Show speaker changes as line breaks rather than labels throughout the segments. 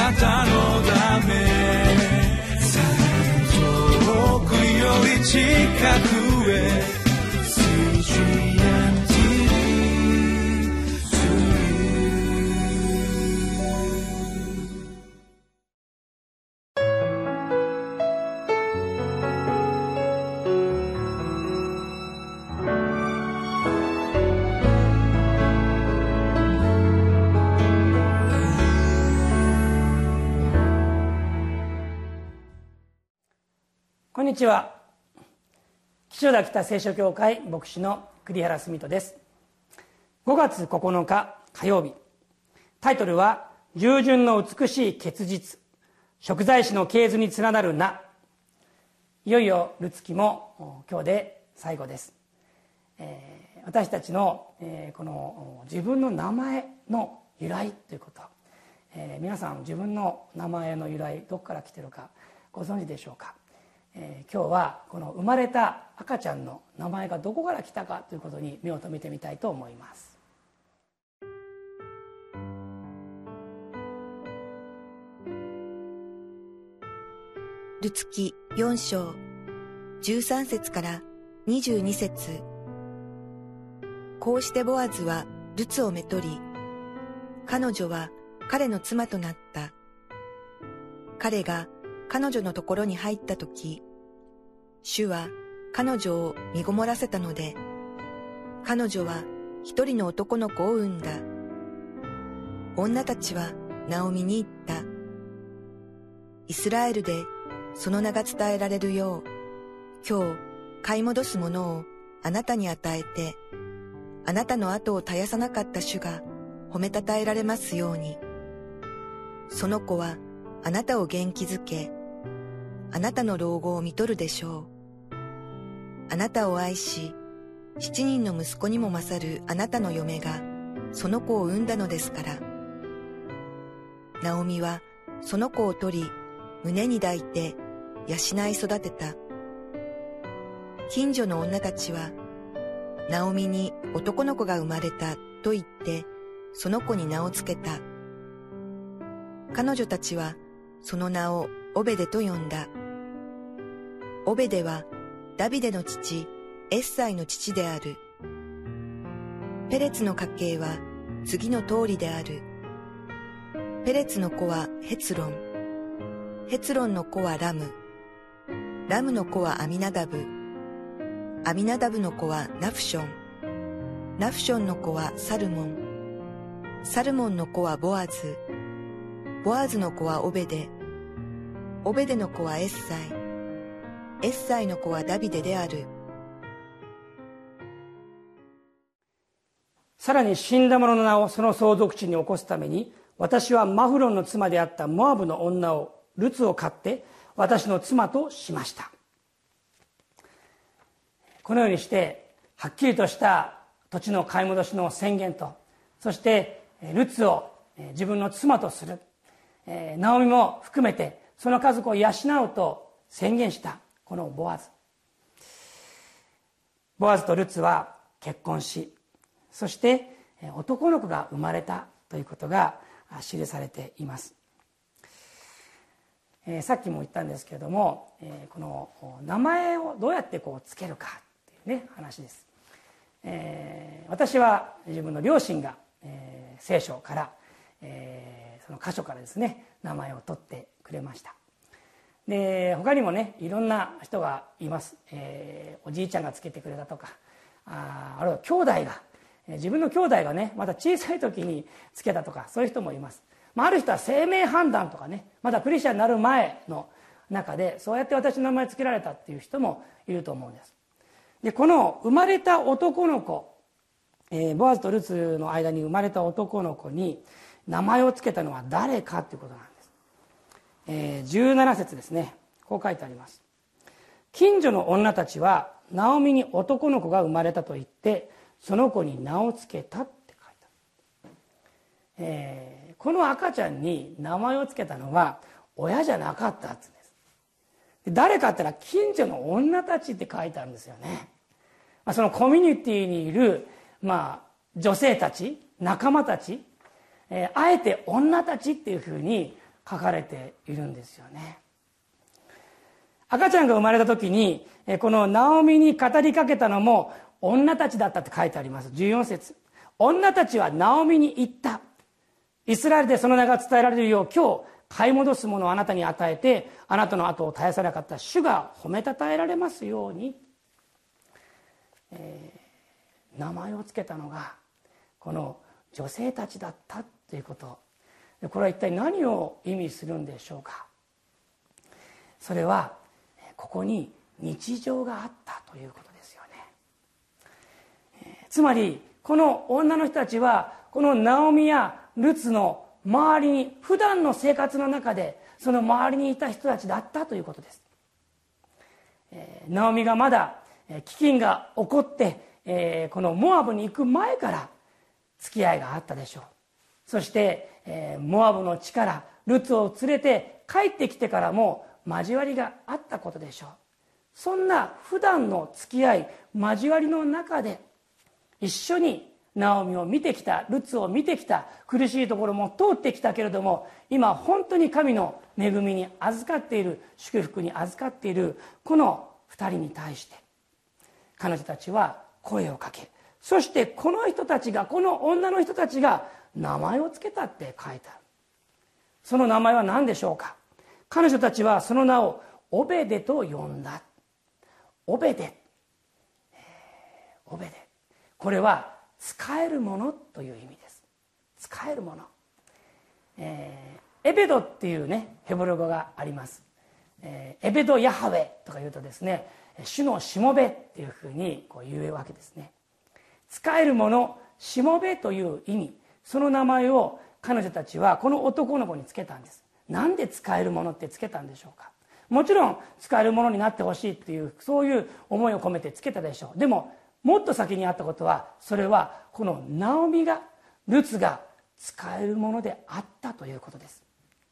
なたのため遠くより近くへ
こんにちは。岸和田北聖書協会牧師の栗原澄人です。5月9日火曜日、タイトルは従順の美しい結実、贖罪師の系図に連なる名。いよいよルツキも今日で最後です。私たちの、この自分の名前の由来ということ、皆さん自分の名前の由来どこから来ているかご存知でしょうか。今日はこの生まれた赤ちゃんの名前がどこから来たかということに目を留めてみたいと思います。
ルツキ4章13節から22節。こうしてボアズはルツをめとり、彼女は彼の妻となった。彼が彼女のところに入ったとき、主は彼女を身ごもらせたので、彼女は一人の男の子を産んだ。女たちはナオミに言った。イスラエルでその名が伝えられるよう、今日買い戻すものをあなたに与えて、あなたの後を絶やさなかった主が褒めたたえられますように。その子はあなたを元気づけ、あなたの老後を見とるでしょう。あなたを愛し、7人の息子にも勝るあなたの嫁がその子を産んだのですから。ナオミはその子を取り、胸に抱いて養い育てた。近所の女たちは、ナオミに男の子が生まれたと言って、その子に名をつけた。彼女たちはその名をオベデと呼んだ。オベデはダビデの父エッサイの父である。ペレツの家系は次の通りである。ペレツの子はヘツロン、ヘツロンの子はラム、ラムの子はアミナダブ、アミナダブの子はナフション、ナフションの子はサルモン、サルモンの子はボアズ、ボアズの子はオベデ、オベデの子はエッサイ、エッサイの子はダビデである。
さらに死んだ者の名をその相続地に起こすために、私はマフロンの妻であったモアブの女をルツを買って私の妻としました。このようにしてはっきりとした土地の買い戻しの宣言と、そしてルツを自分の妻とする、ナオミも含めてその家族を養うと宣言したこのボアズ。ボアズとルツは結婚し、そして男の子が生まれたということが記されています。さっきも言ったんですけれども、この名前をどうやってつけるかっていうね話です。私は自分の両親が、聖書から、その箇所からですね名前を取ってくれました。で他にもねいろんな人がいます。おじいちゃんがつけてくれたとか、あるいは兄弟が自分の兄弟がねまだ小さい時につけたとか、そういう人もいます。ある人は生命判断とかね、まだクリスチャンになる前の中でそうやって私の名前つけられたっていう人もいると思うんです。でこの生まれた男の子、ボアズとルツの間に生まれた男の子に名前をつけたのは誰かということなんです。17節ですね。こう書いてあります。近所の女たちはナオミに男の子が生まれたと言ってその子に名をつけたって書いてある。この赤ちゃんに名前をつけたのは親じゃなかったって言うんです。誰かって言ったら近所の女たちって書いてあるんですよね。そのコミュニティにいる、女性たち、仲間たち、あえて女たちっていうふうに書かれているんですよね。赤ちゃんが生まれた時にこのナオミに語りかけたのも女たちだったって書いてあります。14節、女たちはナオミに言った。イスラエルでその名が伝えられるよう、今日買い戻すものをあなたに与えて、あなたの後を絶やさなかった主が褒めたたえられますように。名前をつけたのがこの女性たちだったということ、これは一体何を意味するんでしょうか。それはここに日常があったということですよね。つまりこの女の人たちはこのナオミやルツの周りに、普段の生活の中でその周りにいた人たちだったということです。ナオミがまだ飢饉が起こってこのモアブに行く前から付き合いがあったでしょう。そしてモアブの地からルツを連れて帰ってきてからも交わりがあったことでしょう。そんな普段の付き合い交わりの中で一緒にナオミを見てきた、ルツを見てきた、苦しいところも通ってきたけれども、今本当に神の恵みに預かっている、祝福に預かっているこの2人に対して彼女たちは声をかけ、そしてこの人たちが、この女の人たちが名前をつけたって書いてある。その名前は何でしょうか。彼女たちはその名をオベデと呼んだ。オベデ、オベデ、これは使えるものという意味です。使えるもの、エベドっていうねヘブル語があります。エベドヤハウェとか言うとですね、主のしもべっていうふうにこう言うわけですね。使えるもの、しもべという意味、その名前を彼女たちはこの男の子につけたんです。なんで使えるものってつけたんでしょうか。もちろん使えるものになってほしいっていう、そういう思いを込めてつけたでしょう。でももっと先にあったことは、それはこのナオミが、ルツが使えるものであったということです。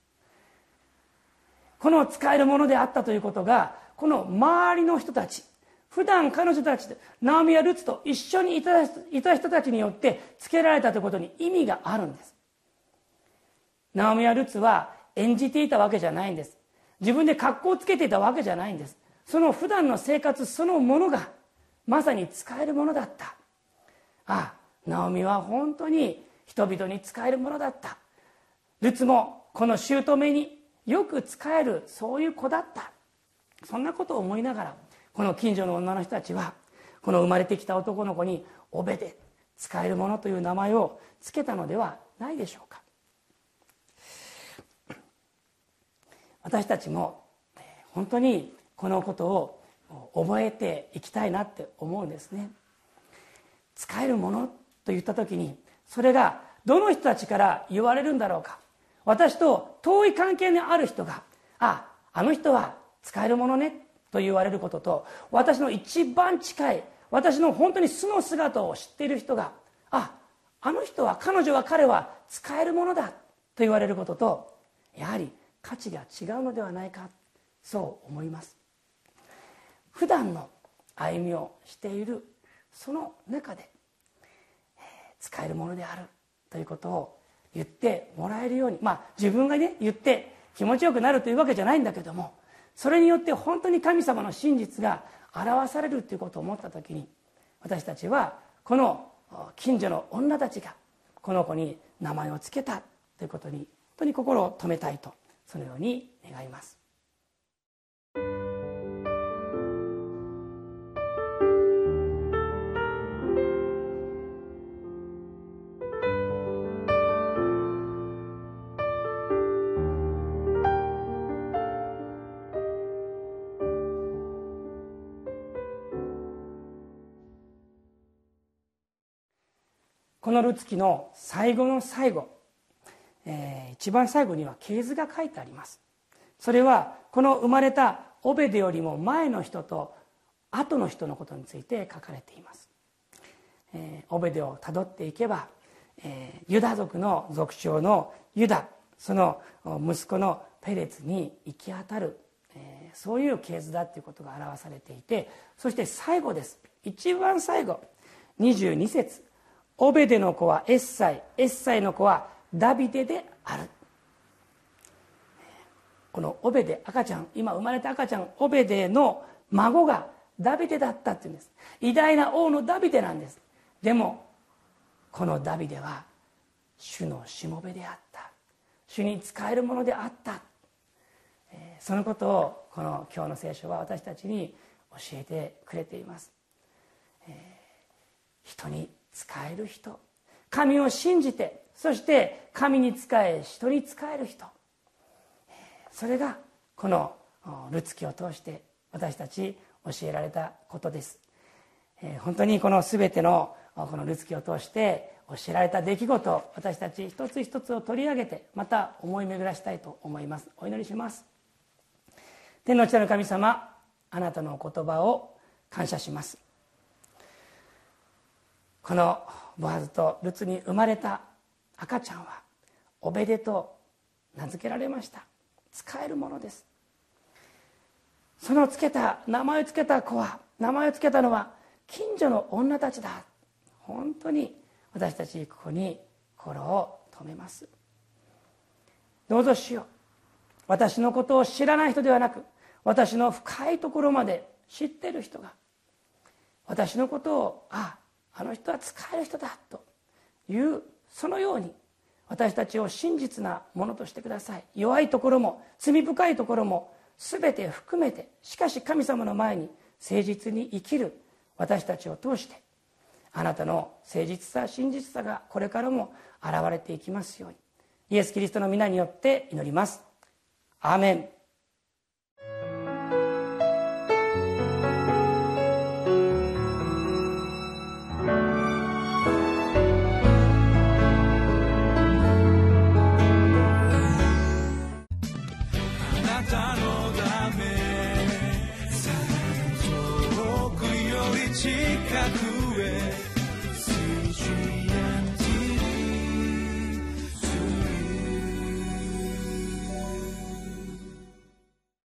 この使えるものであったということが、この周りの人たち、普段彼女たち、ナオミやルツと一緒にいた人たちによってつけられたということに意味があるんです。ナオミやルツは演じていたわけじゃないんです。自分で格好をつけていたわけじゃないんです。その普段の生活そのものがまさに使えるものだった。ああ、ナオミは本当に人々に使えるものだった。ルツもこの姑によく使える、そういう子だった。そんなことを思いながら、この近所の女の人たちはこの生まれてきた男の子にオベデ、使えるものという名前をつけたのではないでしょうか。私たちも本当にこのことを覚えていきたいなって思うんですね。使えるものと言った時に、それがどの人たちから言われるんだろうか。私と遠い関係にある人が、あの人は使えるものねと言われることと、私の一番近い、私の本当に素の姿を知っている人が、あの人は、彼女は、彼は使えるものだと言われることと、やはり価値が違うのではないか、そう思います。普段の歩みをしているその中で、使えるものであるということを言ってもらえるように、自分がね言って気持ちよくなるというわけじゃないんだけども、それによって本当に神様の真実が表されるということを思った時に、私たちはこの近所の女たちがこの子に名前をつけたということに本当に心を止めたいと、そのように願います。このルツ記の最後の最後、一番最後には系図が書いてあります。それはこの生まれたオベデよりも前の人と後の人のことについて書かれています。オベデをたどっていけば、ユダ族の族長のユダ、その息子のペレツに行き当たる、そういう系図だということが表されていて、そして最後です。一番最後、22節、オベデの子はエッサイ、エッサイの子はダビデである。 このオベデ、赤ちゃん、今生まれた赤ちゃんオベデの孫がダビデだったっていうんです。偉大な王のダビデなんです。でもこのダビデは主のしもべであった、主に仕えるものであった、そのことをこの今日の聖書は私たちに教えてくれています。人に仕える人、神を信じて、そして神に仕え人に仕える人、それがこのルツキを通して私たち教えられたことです。本当にこの全てのこのルツキを通して教えられた出来事、私たち一つ一つを取り上げてまた思い巡らしたいと思います。お祈りします。天の地の神様、あなたの言葉を感謝します。このボアズとルツに生まれた赤ちゃんはオベデと名付けられました。使えるものです。その名前をつけた子は、名前をつけたのは近所の女たちだ。本当に私たちここに心を留めます。どうぞ主よ、私のことを知らない人ではなく、私の深いところまで知っている人が私のことをあの人は使える人だというそのように私たちを真実なものとしてください。弱いところも罪深いところも全て含めて、しかし神様の前に誠実に生きる私たちを通してあなたの誠実さ真実さがこれからも現れていきますように、イエス・キリストの皆によって祈ります。アーメン。
遠くより近く